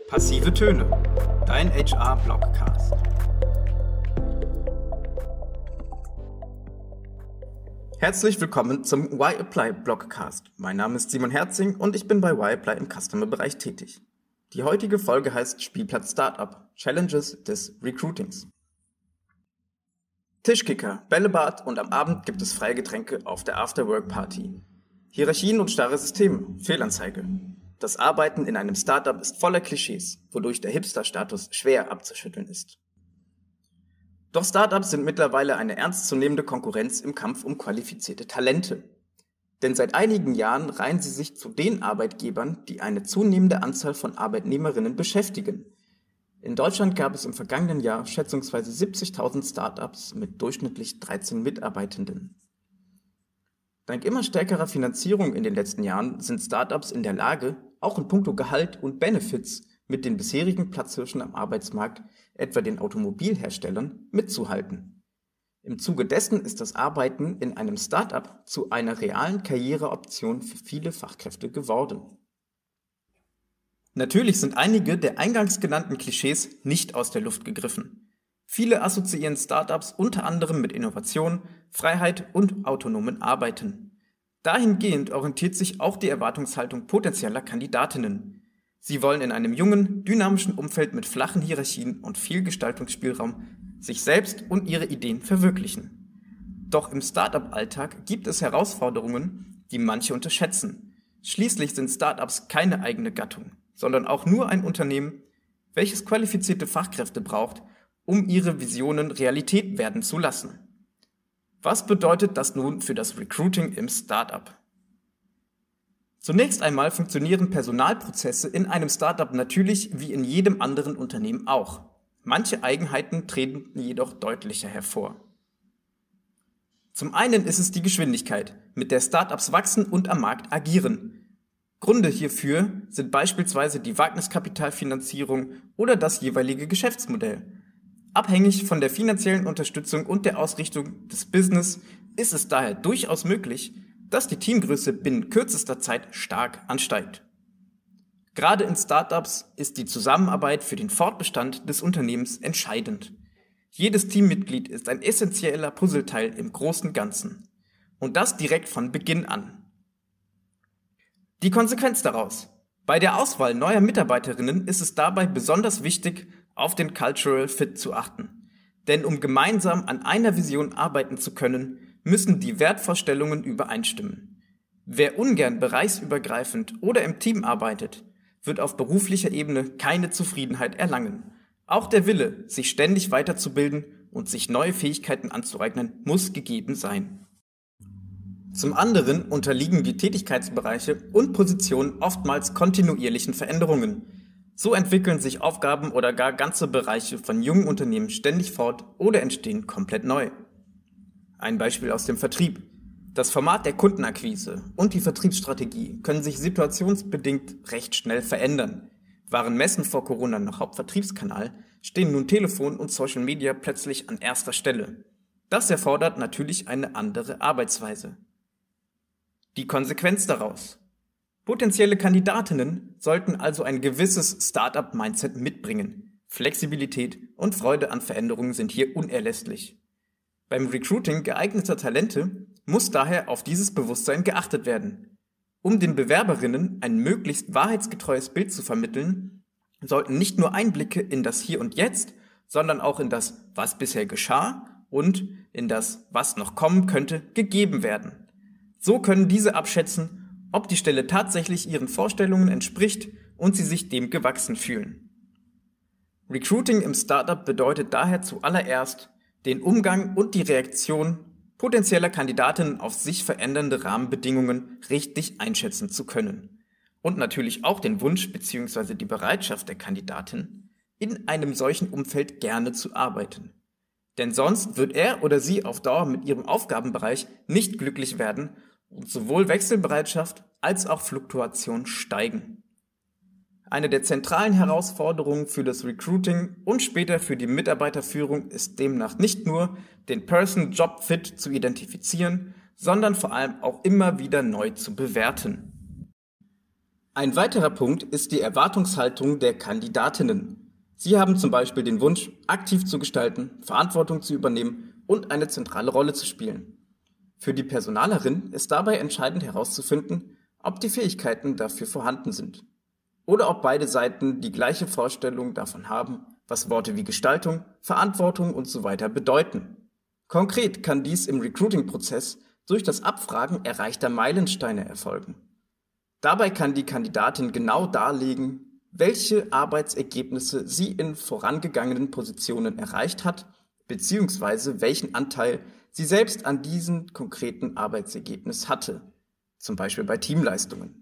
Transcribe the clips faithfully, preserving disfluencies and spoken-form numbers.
Passive Töne, dein H R-Blogcast. Herzlich willkommen zum Y-Apply Blogcast. Mein Name ist Simon Herzing und ich bin bei Y-Apply im Customer-Bereich tätig. Die heutige Folge heißt Spielplatz Startup, Challenges des Recruitings. Tischkicker, Bällebad und am Abend gibt es freie Getränke auf der After-Work-Party. Hierarchien und starre Systeme, Fehlanzeige. Das Arbeiten in einem Startup ist voller Klischees, wodurch der Hipster-Status schwer abzuschütteln ist. Doch Startups sind mittlerweile eine ernstzunehmende Konkurrenz im Kampf um qualifizierte Talente. Denn seit einigen Jahren reihen sie sich zu den Arbeitgebern, die eine zunehmende Anzahl von Arbeitnehmerinnen beschäftigen. In Deutschland gab es im vergangenen Jahr schätzungsweise siebzigtausend Startups mit durchschnittlich dreizehn Mitarbeitenden. Dank immer stärkerer Finanzierung in den letzten Jahren sind Startups in der Lage, auch in puncto Gehalt und Benefits mit den bisherigen Platzhirschen am Arbeitsmarkt, etwa den Automobilherstellern, mitzuhalten. Im Zuge dessen ist das Arbeiten in einem Startup zu einer realen Karriereoption für viele Fachkräfte geworden. Natürlich sind einige der eingangs genannten Klischees nicht aus der Luft gegriffen. Viele assoziieren Startups unter anderem mit Innovation, Freiheit und autonomen Arbeiten. Dahingehend orientiert sich auch die Erwartungshaltung potenzieller Kandidatinnen. Sie wollen in einem jungen, dynamischen Umfeld mit flachen Hierarchien und viel Gestaltungsspielraum sich selbst und ihre Ideen verwirklichen. Doch im Startup-Alltag gibt es Herausforderungen, die manche unterschätzen. Schließlich sind Startups keine eigene Gattung, sondern auch nur ein Unternehmen, welches qualifizierte Fachkräfte braucht, um ihre Visionen Realität werden zu lassen. Was bedeutet das nun für das Recruiting im Startup? Zunächst einmal funktionieren Personalprozesse in einem Startup natürlich wie in jedem anderen Unternehmen auch. Manche Eigenheiten treten jedoch deutlicher hervor. Zum einen ist es die Geschwindigkeit, mit der Startups wachsen und am Markt agieren. Gründe hierfür sind beispielsweise die Wagniskapitalfinanzierung oder das jeweilige Geschäftsmodell. Abhängig von der finanziellen Unterstützung und der Ausrichtung des Business ist es daher durchaus möglich, dass die Teamgröße binnen kürzester Zeit stark ansteigt. Gerade in Startups ist die Zusammenarbeit für den Fortbestand des Unternehmens entscheidend. Jedes Teammitglied ist ein essentieller Puzzleteil im großen Ganzen. Und das direkt von Beginn an. Die Konsequenz daraus: Bei der Auswahl neuer Mitarbeiterinnen ist es dabei besonders wichtig, auf den Cultural Fit zu achten. Denn um gemeinsam an einer Vision arbeiten zu können, müssen die Wertvorstellungen übereinstimmen. Wer ungern bereichsübergreifend oder im Team arbeitet, wird auf beruflicher Ebene keine Zufriedenheit erlangen. Auch der Wille, sich ständig weiterzubilden und sich neue Fähigkeiten anzueignen, muss gegeben sein. Zum anderen unterliegen die Tätigkeitsbereiche und Positionen oftmals kontinuierlichen Veränderungen. So entwickeln sich Aufgaben oder gar ganze Bereiche von jungen Unternehmen ständig fort oder entstehen komplett neu. Ein Beispiel aus dem Vertrieb. Das Format der Kundenakquise und die Vertriebsstrategie können sich situationsbedingt recht schnell verändern. Waren Messen vor Corona noch Hauptvertriebskanal, stehen nun Telefon und Social Media plötzlich an erster Stelle. Das erfordert natürlich eine andere Arbeitsweise. Die Konsequenz daraus: Potenzielle Kandidatinnen sollten also ein gewisses Startup-Mindset mitbringen. Flexibilität und Freude an Veränderungen sind hier unerlässlich. Beim Recruiting geeigneter Talente muss daher auf dieses Bewusstsein geachtet werden. Um den Bewerberinnen ein möglichst wahrheitsgetreues Bild zu vermitteln, sollten nicht nur Einblicke in das Hier und Jetzt, sondern auch in das, was bisher geschah und in das, was noch kommen könnte, gegeben werden. So können diese abschätzen, ob die Stelle tatsächlich ihren Vorstellungen entspricht und sie sich dem gewachsen fühlen. Recruiting im Startup bedeutet daher zuallererst, den Umgang und die Reaktion potenzieller Kandidatinnen auf sich verändernde Rahmenbedingungen richtig einschätzen zu können. Und natürlich auch den Wunsch bzw. die Bereitschaft der Kandidatin, in einem solchen Umfeld gerne zu arbeiten. Denn sonst wird er oder sie auf Dauer mit ihrem Aufgabenbereich nicht glücklich werden und sowohl Wechselbereitschaft als auch Fluktuation steigen. Eine der zentralen Herausforderungen für das Recruiting und später für die Mitarbeiterführung ist demnach nicht nur, den Person-Job-Fit zu identifizieren, sondern vor allem auch immer wieder neu zu bewerten. Ein weiterer Punkt ist die Erwartungshaltung der Kandidatinnen. Sie haben zum Beispiel den Wunsch, aktiv zu gestalten, Verantwortung zu übernehmen und eine zentrale Rolle zu spielen. Für die Personalerin ist dabei entscheidend herauszufinden, ob die Fähigkeiten dafür vorhanden sind. Oder ob beide Seiten die gleiche Vorstellung davon haben, was Worte wie Gestaltung, Verantwortung und so weiter bedeuten. Konkret kann dies im Recruiting-Prozess durch das Abfragen erreichter Meilensteine erfolgen. Dabei kann die Kandidatin genau darlegen, welche Arbeitsergebnisse sie in vorangegangenen Positionen erreicht hat, beziehungsweise welchen Anteil sie selbst an diesem konkreten Arbeitsergebnis hatte, zum Beispiel bei Teamleistungen.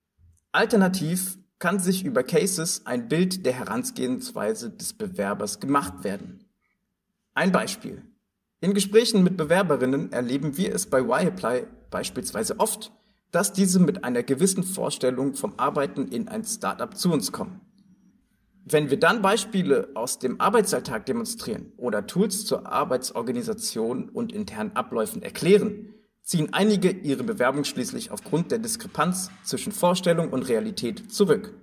Alternativ kann sich über Cases ein Bild der Herangehensweise des Bewerbers gemacht werden. Ein Beispiel. In Gesprächen mit Bewerberinnen erleben wir es bei Y-Apply beispielsweise oft, dass diese mit einer gewissen Vorstellung vom Arbeiten in ein Startup zu uns kommen. Wenn wir dann Beispiele aus dem Arbeitsalltag demonstrieren oder Tools zur Arbeitsorganisation und internen Abläufen erklären, ziehen einige ihre Bewerbung schließlich aufgrund der Diskrepanz zwischen Vorstellung und Realität zurück.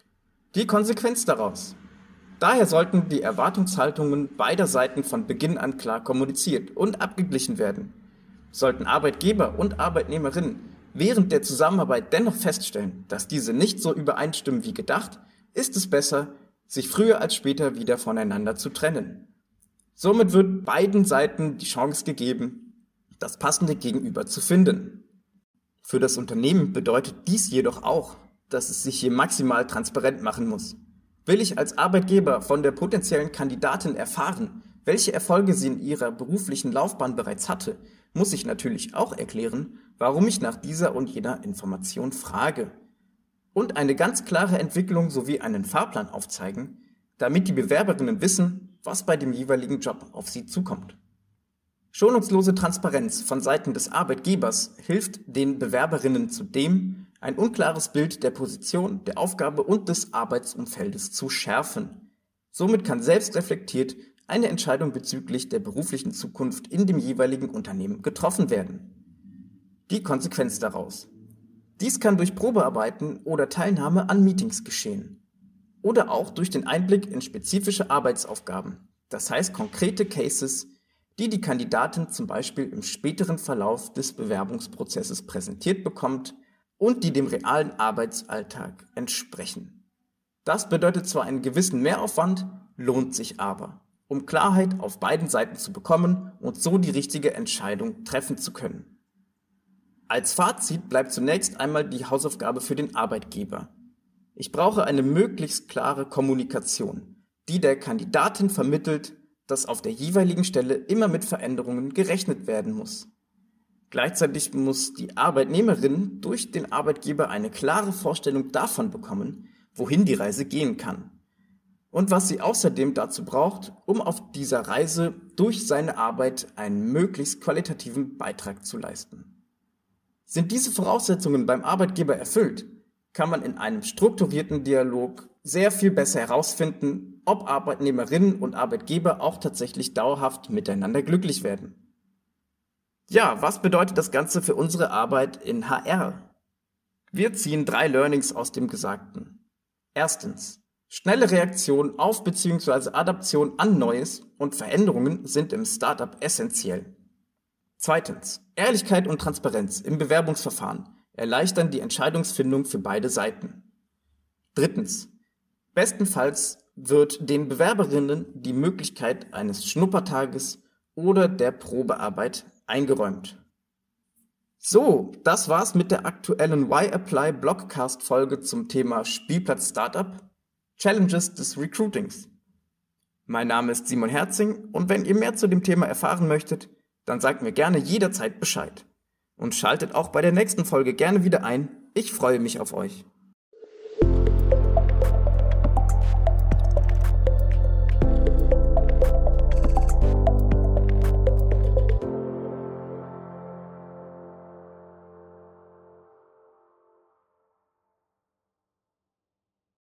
Die Konsequenz daraus: Daher sollten die Erwartungshaltungen beider Seiten von Beginn an klar kommuniziert und abgeglichen werden. Sollten Arbeitgeber und Arbeitnehmerinnen während der Zusammenarbeit dennoch feststellen, dass diese nicht so übereinstimmen wie gedacht, ist es besser, sich früher als später wieder voneinander zu trennen. Somit wird beiden Seiten die Chance gegeben, das passende Gegenüber zu finden. Für das Unternehmen bedeutet dies jedoch auch, dass es sich hier maximal transparent machen muss. Will ich als Arbeitgeber von der potenziellen Kandidatin erfahren, welche Erfolge sie in ihrer beruflichen Laufbahn bereits hatte, muss ich natürlich auch erklären, warum ich nach dieser und jener Information frage. Und eine ganz klare Entwicklung sowie einen Fahrplan aufzeigen, damit die Bewerberinnen wissen, was bei dem jeweiligen Job auf sie zukommt. Schonungslose Transparenz von Seiten des Arbeitgebers hilft den Bewerberinnen zudem, ein unklares Bild der Position, der Aufgabe und des Arbeitsumfeldes zu schärfen. Somit kann selbstreflektiert eine Entscheidung bezüglich der beruflichen Zukunft in dem jeweiligen Unternehmen getroffen werden. Die Konsequenz daraus: Dies kann durch Probearbeiten oder Teilnahme an Meetings geschehen. Oder auch durch den Einblick in spezifische Arbeitsaufgaben, das heißt konkrete Cases, die die Kandidatin zum Beispiel im späteren Verlauf des Bewerbungsprozesses präsentiert bekommt und die dem realen Arbeitsalltag entsprechen. Das bedeutet zwar einen gewissen Mehraufwand, lohnt sich aber, um Klarheit auf beiden Seiten zu bekommen und so die richtige Entscheidung treffen zu können. Als Fazit bleibt zunächst einmal die Hausaufgabe für den Arbeitgeber. Ich brauche eine möglichst klare Kommunikation, die der Kandidatin vermittelt, dass auf der jeweiligen Stelle immer mit Veränderungen gerechnet werden muss. Gleichzeitig muss die Arbeitnehmerin durch den Arbeitgeber eine klare Vorstellung davon bekommen, wohin die Reise gehen kann und was sie außerdem dazu braucht, um auf dieser Reise durch seine Arbeit einen möglichst qualitativen Beitrag zu leisten. Sind diese Voraussetzungen beim Arbeitgeber erfüllt, kann man in einem strukturierten Dialog sehr viel besser herausfinden, ob Arbeitnehmerinnen und Arbeitgeber auch tatsächlich dauerhaft miteinander glücklich werden. Ja, was bedeutet das Ganze für unsere Arbeit in H R? Wir ziehen drei Learnings aus dem Gesagten. Erstens: Schnelle Reaktion auf bzw. Adaption an Neues und Veränderungen sind im Startup essentiell. Zweitens: Ehrlichkeit und Transparenz im Bewerbungsverfahren erleichtern die Entscheidungsfindung für beide Seiten. Drittens: Bestenfalls wird den Bewerberinnen die Möglichkeit eines Schnuppertages oder der Probearbeit eingeräumt. So, das war's mit der aktuellen Y-Apply Blogcast-Folge zum Thema Spielplatz Startup, Challenges des Recruitings. Mein Name ist Simon Herzing und wenn ihr mehr zu dem Thema erfahren möchtet, dann sagt mir gerne jederzeit Bescheid. Und schaltet auch bei der nächsten Folge gerne wieder ein. Ich freue mich auf euch.